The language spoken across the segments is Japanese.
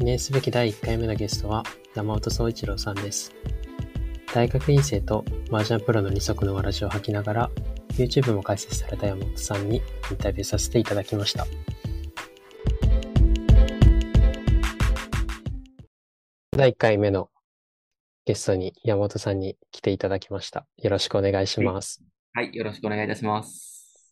記念すべき第1回目のゲストは山本総一郎さんです。大学院生と麻雀プロの二足のわらじを履きながら YouTube も開設された山本さんにインタビューさせていただきました。第1回目のゲストに山本さんに来ていただきました。よろしくお願いします。 はい、よろしくお願いいたします。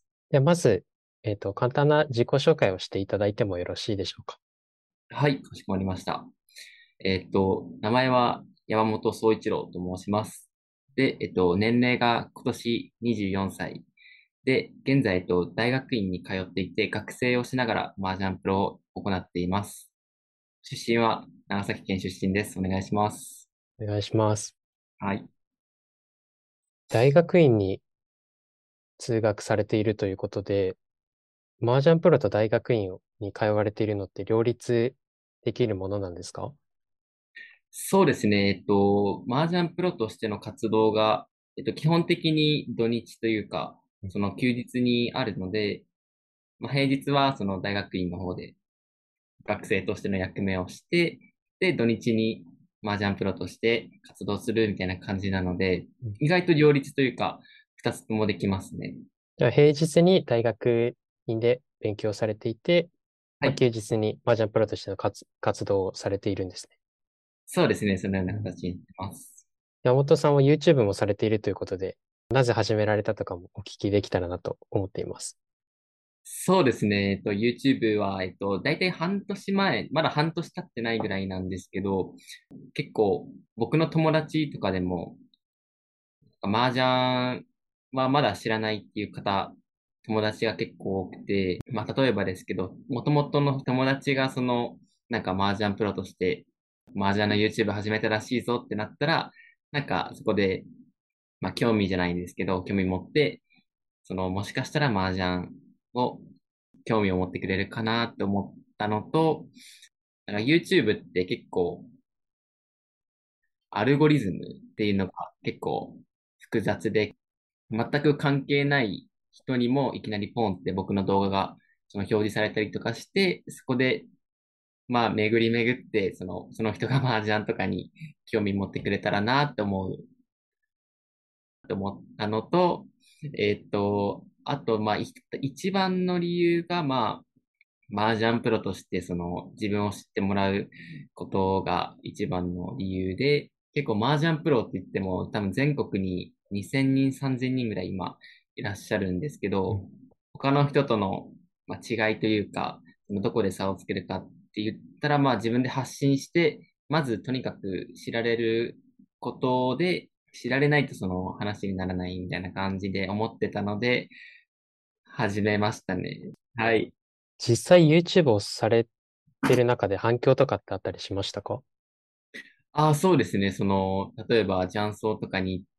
でまず、簡単な自己紹介をしていただいてもよろしいでしょうか。 はい、かしこまりました。名前は山本総一郎と申します。で、年齢が今年24歳。で、現在、大学院に通っていて、学生をしながら麻雀プロを行っています。出身は長崎県出身です。お願いします。 お願いします。 はい。 大学院に通学されているということで、麻雀プロと大学院に通われているのって両立できるものなんですか？ そうですね。麻雀プロとしての活動が、基本的に土日というか、その休日にあるので、平日はその大学院の方で学生としての役目をして、で、土日に麻雀プロとして活動するみたいな感じなので、意外と両立というか、二つともできますね。 じゃあ平日に大学院で勉強されていて、 はい。 休日に麻雀プロとしての活動をされているんですね。 そうですね。そのようなうん。 形になってます。 山本さんは YouTube もされているということで、なぜ始められたとかもお聞きできたらなと思っています。 そうですね。YouTube は、大体半年前、まだ半年経ってないぐらいなんですけど、結構僕の友達とかでも、麻雀はまだ知らないっていう方、友達が結構多くて、例えばですけど、もともとの友達が麻雀プロとして、麻雀の YouTube 始めたらしいぞってなったら、そこで、興味じゃないんですけど、興味持って、もしかしたら麻雀を興味を持ってくれるかなって思ったのと、YouTube って結構、アルゴリズムっていうのが結構複雑で、全く関係ない人にもいきなりポンって僕の動画が表示されたりとかして、そこで、巡り巡って、その人が麻雀とかに興味持ってくれたらなって思ったのと、あと、一番の理由が、麻雀プロとして、自分を知ってもらうことが一番の理由で、結構麻雀プロって言っても、多分全国に2000人、3000人ぐらい今いらっしゃるんですけど、 うん。 他の人との、違いというか、どこで差をつけるかって言ったら、自分で発信して、まずとにかく知られることで、知られないとその話にならないみたいな感じで思ってたので、始めましたね。はい。 実際 YouTube をされてる中で反響とかってあったりしましたか？ ああ、そうですね。例えば、雀荘とかに行って、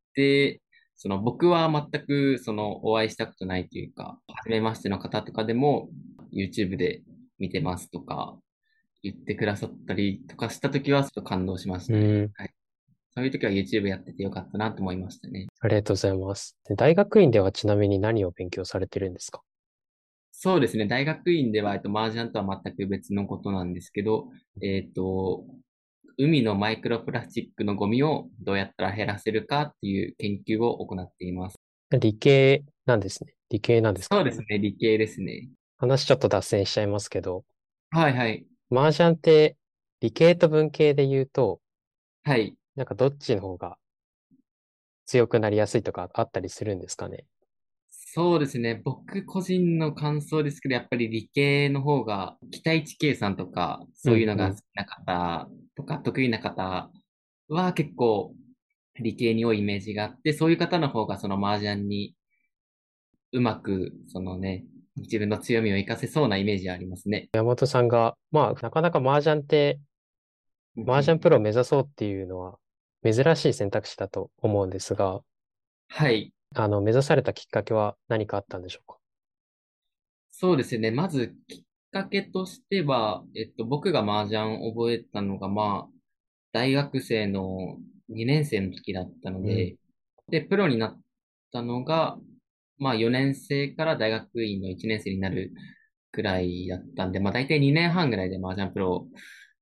僕は全く、お会いしたことないというか、初めましての方とかでも、YouTube で見てますとか、言ってくださったりとかしたときは、ちょっと感動しましたね。 うん。 はい。そういうときは YouTube やっててよかったなと思いましたね。 ありがとうございます。で大学院ではちなみに何を勉強されてるんですか？ そうですね。大学院では、麻雀とは全く別のことなんですけど、えっと、海のマイクロプラスチックのゴミをどうやったら減らせるかっていう研究を行っています。 理系なんですね。理系なんですか？ そうですね。理系ですね。 話ちょっと脱線しちゃいますけど、 はいはい。 麻雀って理系と文系で言うと、 はい。 なんかどっちの方が強くなりやすいとかあったりするんですかね。 そうですね。僕個人の感想ですけど、やっぱり理系の方が、期待値計算とか、そういうのうんうん。 が好きな方とか、得意な方は結構理系に多いイメージがあって、そういう方の方がその麻雀にうまく、自分の強みを活かせそうなイメージありますね。 山本さんが、まあ、なかなか麻雀って、麻雀プロを目指そうっていうのは珍しい選択肢だと思うんですが、 はい。 目指されたきっかけは何かあったんでしょうか？ そうですね。まず、きっかけとしては、僕が麻雀を覚えたのが、大学生の2年生の時だったのうん。 で、で、プロになったのが、4年生から大学院の1年生になるくらいだったんで、大体2年半ぐらいで麻雀プロ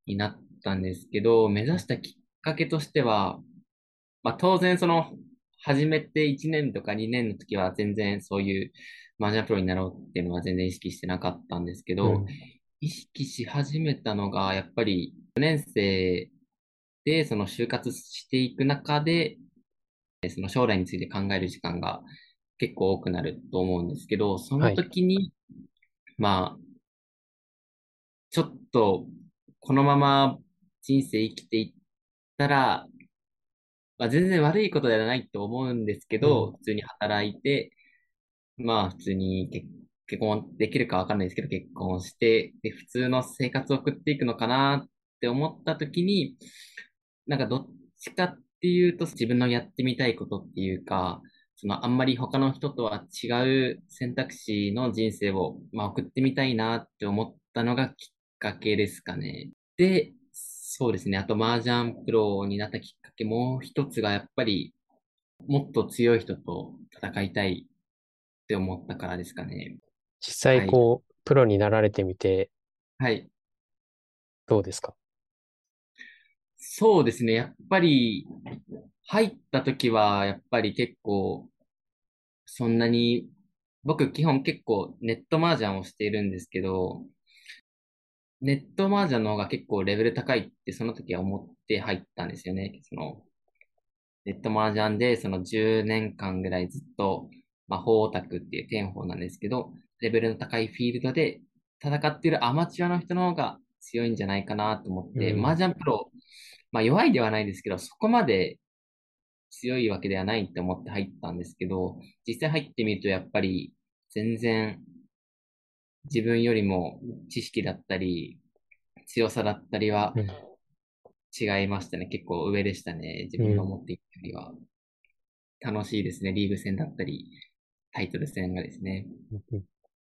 になったんですけど、目指したきっかけとしては、当然始めて1年とか2年の時は全然そういう麻雀プロになろうっていうのは全然意識してなかったんですけど、 うん。 意識し始めたのが、やっぱり4年生でその就活していく中で、その将来について考える時間が結構多くなると思うんですけど、そのはい。 時に、まあ、ちょっとこのまま人生生きていったら、全然悪いことではないと思うんですけうん。 ど、普通に働いて、普通に結婚できるかわかんないですけど、結婚して、で、普通の生活を送っていくのかなって思った時に、なんかどっちかっていうと自分のやってみたいことっていうか、あんまり他の人とは違う選択肢の人生を、送ってみたいなって思ったのがきっかけですかね。で、そうですね。あと、麻雀プロになったきっかけもう一つがやっぱり、もっと強い人と戦いたいって思ったからですかね。 実際はい。 プロになられてみてはい。 どうですか？ そうですね。やっぱり、入った時は、やっぱり結構、そんなに、僕基本結構ネット麻雀をしているんですけど、ネット麻雀の方が結構レベル高いってその時は思って入ったんですよね。ネット麻雀でその10年間ぐらいずっと魔法オタクっていう天法なんですけど、レベルの高いフィールドで戦っているアマチュアの人の方が強いんじゃないかなと思って、麻うん。 雀プロ、弱いではないですけど、そこまで強いわけではないって思って入ったんですけど、実際入ってみるとやっぱり全然自分よりも知識だったり強さだったりはうん。 違いましたね。結構上でしたね。自うん。 分が思っていたよりは。楽しいですね。リーグ戦だったり、タイトル戦がですね。 うん。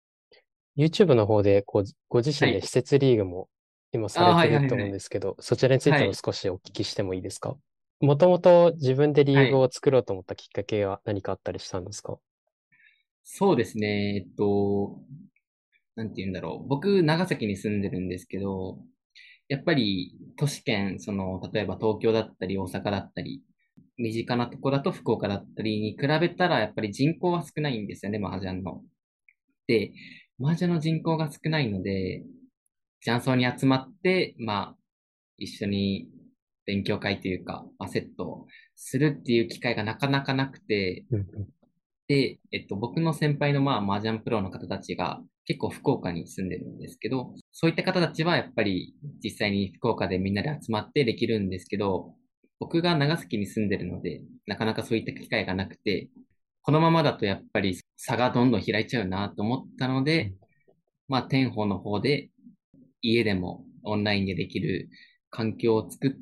YouTube の方でご自身で施はい。 設リーグも今されああ、はてると思うんいはいはい。 ですけど、そちらについてもはい。 少しお聞きしてもいいですか？もともと自分でリーグはい。 を作ろうと思ったきっかけは何かあったりしたんですか？ そうですね。なんて言うんだろう。僕、長崎に住んでるんですけど、やっぱり都市圏、例えば東京だったり大阪だったり、身近なとこだと福岡だったりに比べたら、やっぱり人口は少ないんですよね、麻雀の。で、麻雀の人口が少ないので、雀荘に集まって、一緒に勉強会というか、セットをするっていう機会がなかなかなくて、 うん。 で、僕の先輩の麻雀プロの方たちが結構福岡に住んでるんですけど、そういった方たちはやっぱり実際に福岡でみんなで集まってできるんですけど、僕が長崎に住んでるので、なかなかそういった機会がなくて、このままだとやっぱり差がどんどん開いちゃうなと思ったので、 うん。 天保の方で家でもオンラインでできる環境を作って、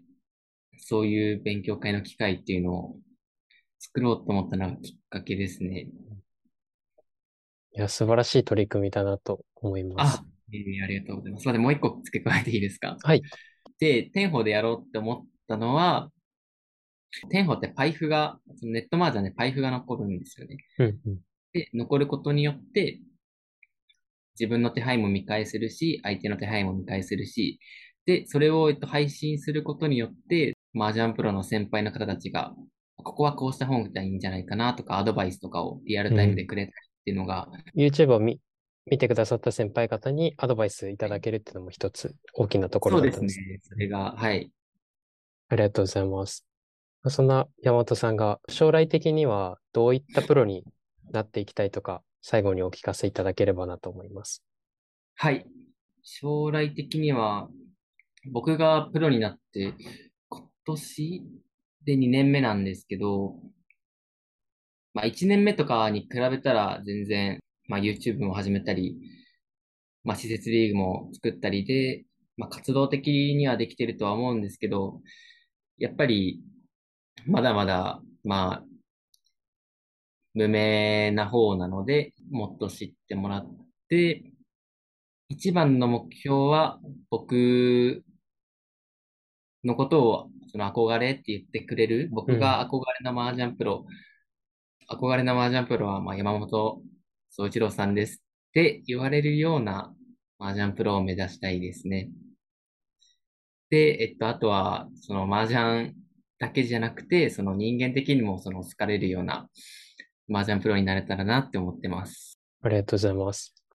そういう勉強会の機会っていうのを作ろうと思ったのがきっかけですね。 いや、素晴らしい取り組みだなと思います。 あ、ありがとうございます。すみません、もう一個付け加えていいですか？ はい。 で、天保でやろうって思ったのは、天保ってパイフが、そのネットマージャンでパイフが残るんですよね。 うん。うん。 で、残ることによって、自分の手配も見返せるし、相手の手配も見返せるし、で、それを、配信することによって、麻雀プロの先輩の方たちが、ここはこうした方がいいんじゃないかなとか、アドバイスとかをリアルタイムうん。 でくれたりっていうのが、 YouTube を見てくださった先輩方にアドバイスいただけるっていうのも一つ大きなところそうですね。 だったんです。うん。 それが、はい。 ありがとうございます。そんな山本さんが将来的にはどういったプロになっていきたいとか、最後にお聞かせいただければなと思います。 はい。将来的には、僕がプロになって、今年で2年目なんですけど、1年目とかに比べたら全然、YouTube も始めたり、施設リーグも作ったりで、活動的にはできてるとは思うんですけど、やっぱり、まだまだ、無名な方なので、もっと知ってもらって、一番の目標は、僕のことを、その憧れって言ってくれる、僕うん。 が憧れの麻雀プロは、山本総一郎さんですって言われるような麻雀プロを目指したいですね。 で、あとは、その麻雀だけじゃなくて、その人間的にもその好かれるような麻雀プロになれたらなって思ってます。 ありがとうございます。